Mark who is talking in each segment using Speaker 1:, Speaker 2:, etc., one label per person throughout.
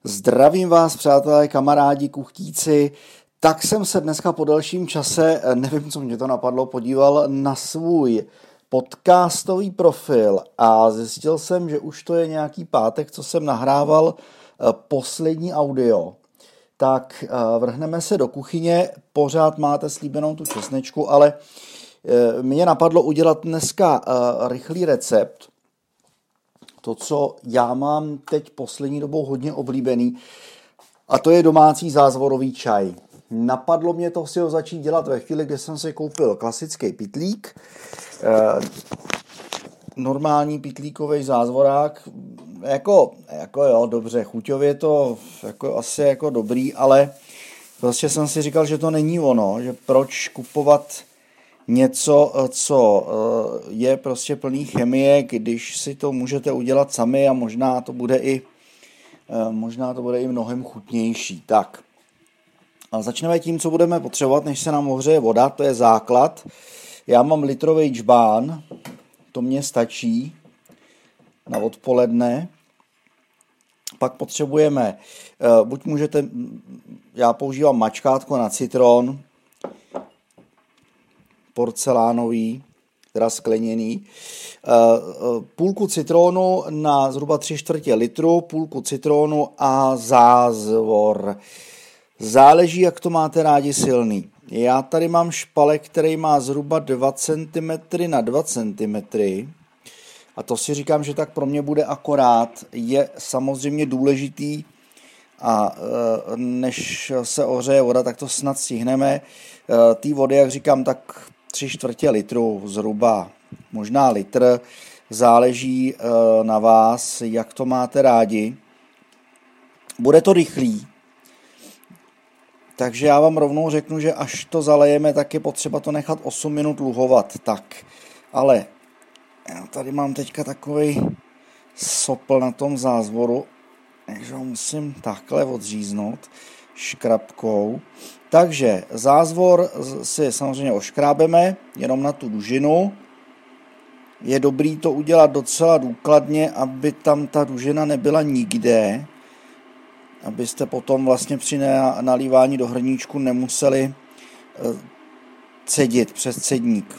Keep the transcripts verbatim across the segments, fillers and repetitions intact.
Speaker 1: Zdravím vás, přátelé, kamarádi, kuchtíci. Tak jsem se dneska po delším čase, nevím, co mě to napadlo, podíval na svůj podcastový profil a zjistil jsem, že už to je nějaký pátek, co jsem nahrával poslední audio. Tak vrhneme se do kuchyně, pořád máte slíbenou tu česnečku, ale mě napadlo udělat dneska rychlý recept. To, co já mám teď poslední dobou hodně oblíbený, a to je domácí zázvorový čaj. Napadlo mě to si ho začít dělat ve chvíli, kdy jsem si koupil klasický pytlík, normální pytlíkový zázvorák, jako, jako jo, dobře, chuťově to jako, asi jako dobrý, ale prostě jsem si říkal, že to není ono, že proč kupovat něco, co je prostě plný chemie, když si to můžete udělat sami a možná to bude i, možná to bude i mnohem chutnější. Tak, a začneme tím, co budeme potřebovat, než se nám ohřeje voda, to je základ. Já mám litrový džbán, to mně stačí na odpoledne. Pak potřebujeme, buď můžete, já používám mačkátko na citron, porcelánový, teda skleněný, půlku citronu na zhruba tři čtvrtě litru, půlku citronu a zázvor. Záleží, jak to máte rádi silný. Já tady mám špalek, který má zhruba dva centimetry na dva centimetry a to si říkám, že tak pro mě bude akorát. Je samozřejmě důležitý, a než se ohřeje voda, tak to snad stihneme. Té vody, jak říkám, tak tři čtvrtě litru zhruba, možná litr, záleží na vás, jak to máte rádi. Bude to rychlý, takže já vám rovnou řeknu, že až to zalejeme, tak je potřeba to nechat osm minut luhovat. Tak, ale já tady mám teďka takovej sopl na tom zázvoru, takže ho musím takhle odříznout škrabkou. Takže zázvor si samozřejmě oškrábeme jenom na tu dužinu. Je dobrý to udělat docela důkladně, aby tam ta dužina nebyla nikde, abyste potom vlastně při nalívání do hrníčku nemuseli cedit přes cedník.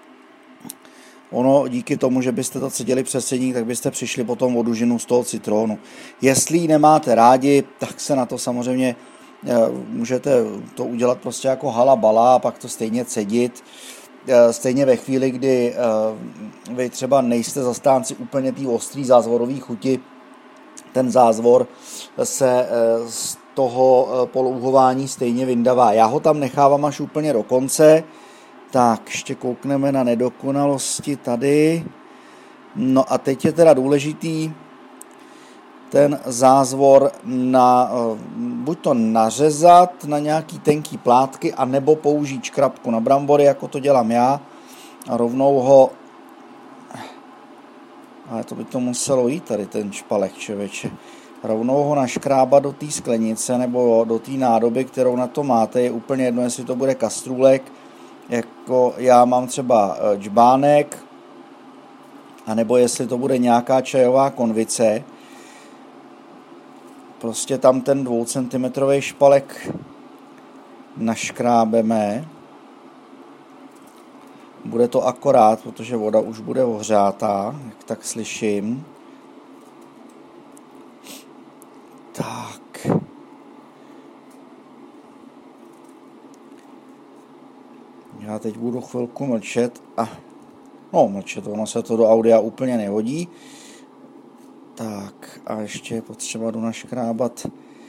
Speaker 1: Ono díky tomu, že byste to cedili přes cedník, tak byste přišli potom o dužinu z toho citronu. Jestli ji nemáte rádi, tak se na to samozřejmě můžete to udělat prostě jako halabala a pak to stejně cedit. Stejně ve chvíli, kdy vy třeba nejste zastánci úplně té ostrý zázvorový chuti, ten zázvor se z toho polouhování stejně vyndavá. Já ho tam nechávám až úplně do konce. Tak, ještě koukneme na nedokonalosti tady. No a teď je teda důležitý ten zázvor na, buď to nařezat na nějaký tenký plátky, anebo použít škrabku na brambory, jako to dělám já. A rovnou ho, ale to by to muselo jít tady ten špalek, člověče. Rovnou ho naškrábat do té sklenice nebo do té nádoby, kterou na to máte. Je úplně jedno, jestli to bude kastrůlek, jako já mám třeba džbánek, anebo jestli to bude nějaká čajová konvice. Prostě tam ten dvoucentimetrový špalek naškrábeme. Bude to akorát, protože voda už bude ohřátá, jak tak slyším. Tak. Já teď budu chvilku mlčet a no mlčet, ono se to do audia úplně nehodí. Tak a ještě je potřeba do naškrábat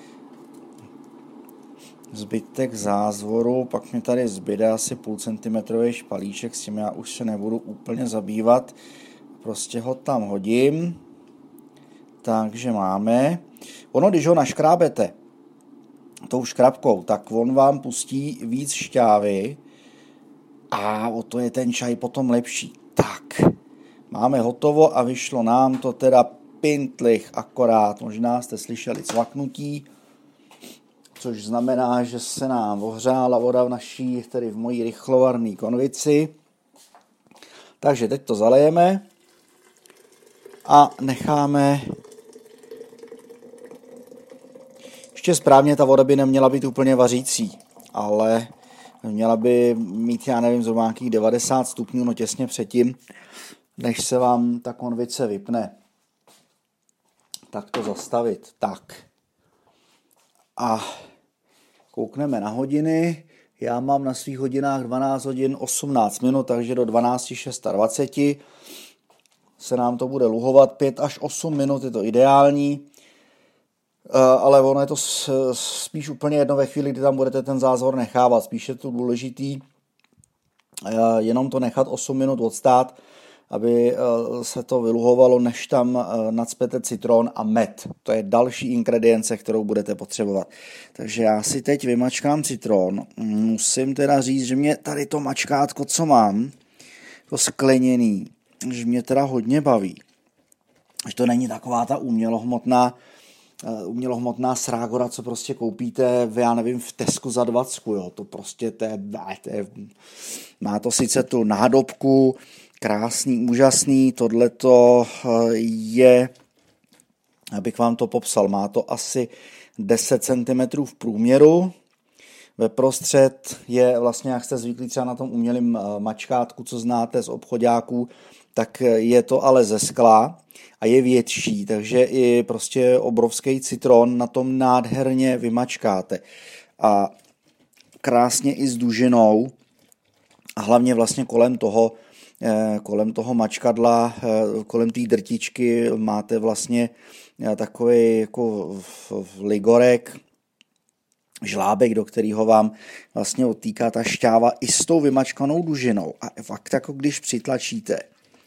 Speaker 1: zbytek zázvoru, pak mi tady zbyde asi půl centimetrový špalíček, s tím já už se nebudu úplně zabývat, prostě ho tam hodím, takže máme. Ono, když ho naškrábete tou škrabkou, tak on vám pustí víc šťávy a o to je ten čaj potom lepší. Tak, máme hotovo a vyšlo nám to teda pintlich akorát, možná jste slyšeli cvaknutí, což znamená, že se nám ohřála voda v naší, tedy v mojí rychlovarné konvici. Takže teď to zalejeme a necháme ještě správně, ta voda by neměla být úplně vařící, ale měla by mít, já nevím, zhruba nějakých devadesát stupňů, no těsně předtím, než se vám ta konvice vypne. Tak to zastavit. Tak. A koukneme na hodiny. Já mám na svých hodinách dvanáct hodin osmnáct minut, takže do dvanáct dvacet šest se nám to bude luhovat. pět až osm minut je to ideální, ale ono je to spíš úplně jedno ve chvíli, kdy tam budete ten zázvor nechávat. Spíš je to důležitý jenom to nechat osm minut odstát, aby se to vyluhovalo, než tam nacpete citron a med. To je další ingredience, kterou budete potřebovat. Takže já si teď vymačkám citron. Musím teda říct, že mě tady to mačkátko, co mám, to skleněný, že mě teda hodně baví. Že to není taková ta umělohmotná, umělohmotná srágora, co prostě koupíte, já nevím, v Tesku za dvacku, jo. To prostě, to je, to je, má to sice tu nádobku, krásný, úžasný, tohleto je, abych vám to popsal, má to asi deset centimetrů v průměru, ve prostřed je vlastně, jak jste zvyklí třeba na tom umělém mačkátku, co znáte z obchodáků, tak je to ale ze skla a je větší, takže i prostě obrovský citron na tom nádherně vymačkáte. A krásně i s dužinou a hlavně vlastně kolem toho, kolem toho mačkadla, kolem té drtičky máte vlastně takový jako ligorek, žlábek, do kterého vám vlastně odtýká ta šťáva i s tou vymačkanou dužinou. A fakt jako když přitlačíte,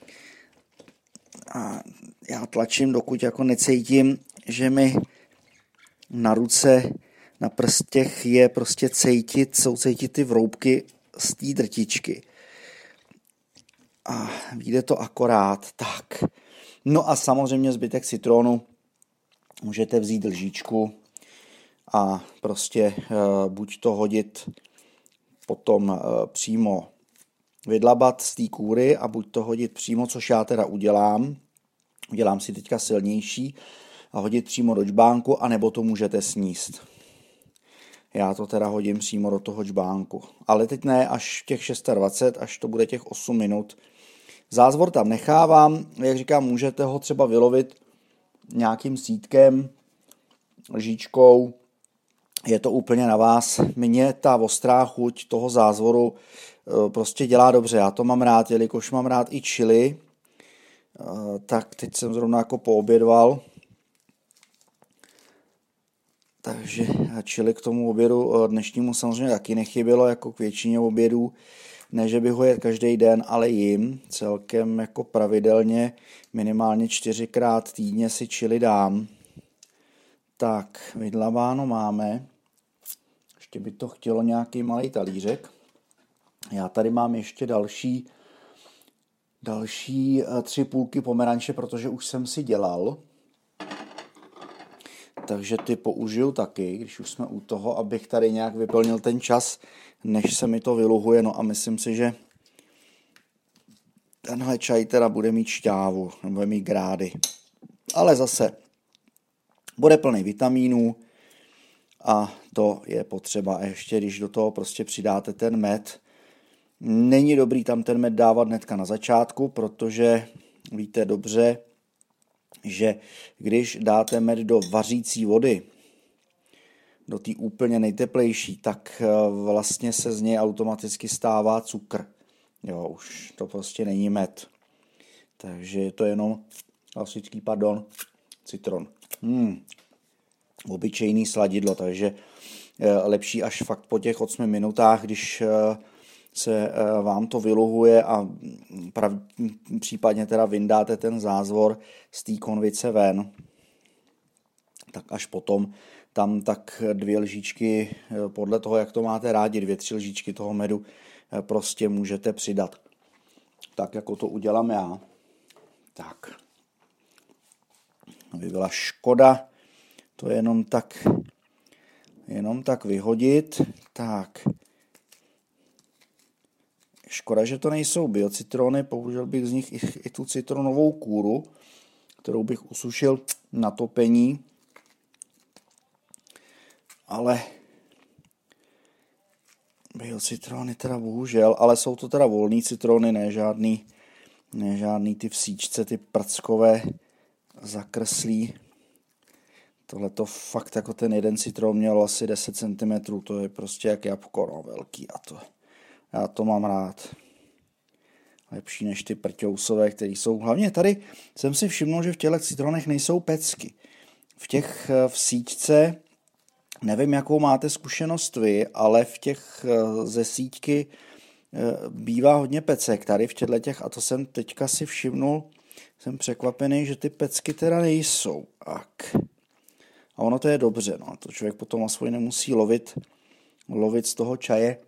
Speaker 1: a já tlačím, dokud jako necítím, že mi na ruce, na prstěch je prostě cítit, jsou cítit ty vroubky z té drtičky. A vyjde to akorát, tak. No a samozřejmě zbytek citronu můžete vzít lžičku a prostě uh, buď to hodit potom uh, přímo vydlabat z té kůry a buď to hodit přímo, což já teda udělám. Udělám si teďka silnější a hodit přímo do džbánku, anebo to můžete sníst. Já to teda hodím přímo do toho džbánku. Ale teď ne až těch dvacet šest, až to bude těch osm minut. Zázvor tam nechávám, jak říkám, můžete ho třeba vylovit nějakým sítkem, lžičkou, je to úplně na vás. Mně ta ostrá chuť toho zázvoru prostě dělá dobře, já to mám rád, jelikož mám rád i chili, tak teď jsem zrovna jako poobědval, takže chili k tomu obědu dnešnímu samozřejmě taky nechybělo, jako k většině obědů. Ne, že bych ho jedl každý den, ale jim celkem jako pravidelně, minimálně čtyřikrát týdně si chili dám. Tak, vydlaváno máme. Ještě by to chtělo nějaký malý talířek. Já tady mám ještě další, další tři půlky pomeranče, protože už jsem si dělal. Takže ty použiju taky, když už jsme u toho, abych tady nějak vyplnil ten čas, než se mi to vyluhuje. No a myslím si, že tenhle čaj teda bude mít šťávu, nebo bude mít grády. Ale zase bude plný vitamínů a to je potřeba. A ještě když do toho prostě přidáte ten med, není dobrý tam ten med dávat hnedka na začátku, protože víte dobře, že když dáte med do vařící vody, do té úplně nejteplejší, tak vlastně se z něj automaticky stává cukr. Jo, už to prostě není med. Takže je to jenom klasický, pardon, citron. Hmm. Obyčejný sladidlo, takže lepší až fakt po těch osmi minutách, když se vám to vyluhuje a prav, případně teda vyndáte ten zázvor z té konvice ven, tak až potom tam tak dvě lžičky, podle toho, jak to máte rádi, dvě, tři lžičky toho medu prostě můžete přidat. Tak, jako to udělám já. Tak. Aby byla škoda to jenom tak, jenom tak vyhodit. Tak. Škoda, že to nejsou biocitrony, použil bych z nich i, i tu citronovou kůru, kterou bych usušil na topení. ale bio citrony teda bohužel, ale jsou to teda volný citrony, ne žádný, ne žádný ty v síčce, ty prckové zakrslí. Tohle to fakt jako ten jeden citron měl asi deset centimetrů, to je prostě jak jabko, no, velký a to, já to mám rád. Lepší než ty prťousové, které jsou, hlavně tady jsem si všiml, že v těchto citronech nejsou pecky. V těch v síčce, nevím, jakou máte zkušenost vy, ale v těch ze síťky bývá hodně pecek tady v těchto těch, a to jsem teďka si všimnul, jsem překvapený, že ty pecky teda nejsou. Tak. A ono to je dobře, no, to člověk potom aspoň nemusí lovit, lovit z toho čaje,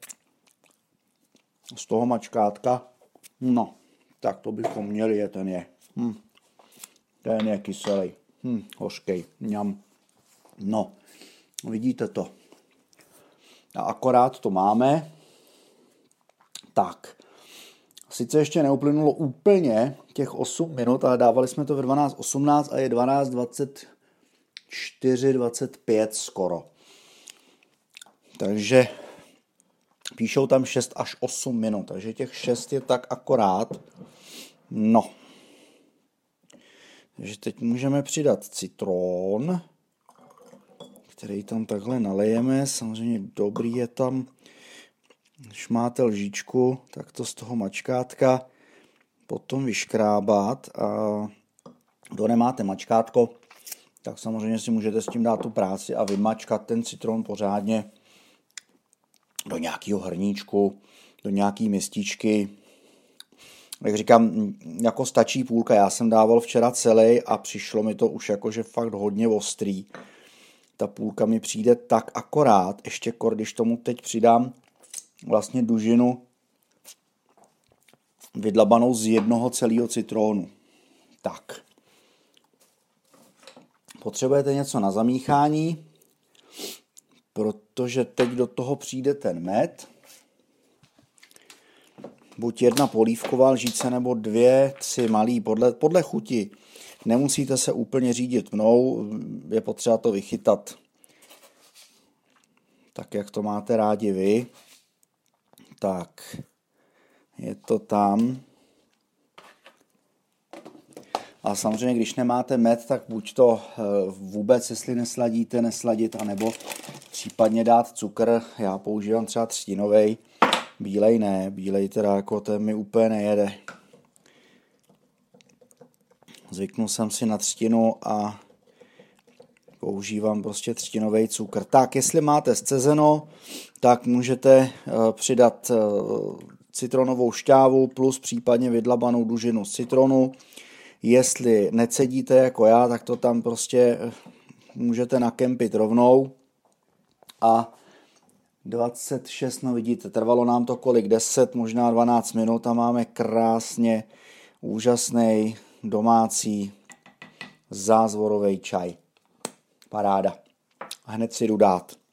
Speaker 1: z toho mačkátka. No, tak to bychom měli, je ten je. Hm. Ten je kyselý, hm, hořkej, mňam. No, vidíte to. A akorát to máme. Tak, sice ještě neuplynulo úplně těch osm minut, ale dávali jsme to ve dvanáct osmnáct a je dvanáct dvacet čtyři dvacet pět skoro. Takže píšou tam šest až osm minut, takže těch šest je tak akorát. No. Takže teď můžeme přidat citron, který tam takhle nalejeme. Samozřejmě dobrý je tam, když máte lžičku, tak to z toho mačkátka potom vyškrábat. A kdo nemáte mačkátko, tak samozřejmě si můžete s tím dát tu práci a vymačkat ten citron pořádně do nějakého hrníčku, do nějaký mističky. Jak říkám, jako stačí půlka. Já jsem dával včera celý a přišlo mi to už jakože fakt hodně ostrý. Ta půlka mi přijde tak akorát, ještě kor, když tomu teď přidám vlastně dužinu vydlabanou z jednoho celého citronu. Tak. Potřebujete něco na zamíchání, protože teď do toho přijde ten med. Buď jedna polívková lžíce nebo dvě, tři malý, podle, podle chuti. Nemusíte se úplně řídit mnou, je potřeba to vychytat tak, jak to máte rádi vy. Tak, je to tam. A samozřejmě, když nemáte med, tak buď to vůbec, jestli nesladíte, nesladit, anebo případně dát cukr. Já používám třeba třtinovej, bílej ne, bílej teda jako ten mi úplně nejede. Zvyknul jsem si na třtinu a používám prostě třtinovej cukr. Tak, jestli máte scezeno, tak můžete přidat citronovou šťávu plus případně vydlabanou dužinu z citronu. Jestli necedíte jako já, tak to tam prostě můžete nakempit rovnou. A dvacet šest, no vidíte, trvalo nám to kolik, deset, možná dvanáct minut a máme krásně úžasný domácí zázvorový čaj. Paráda. A hned si jdu dát.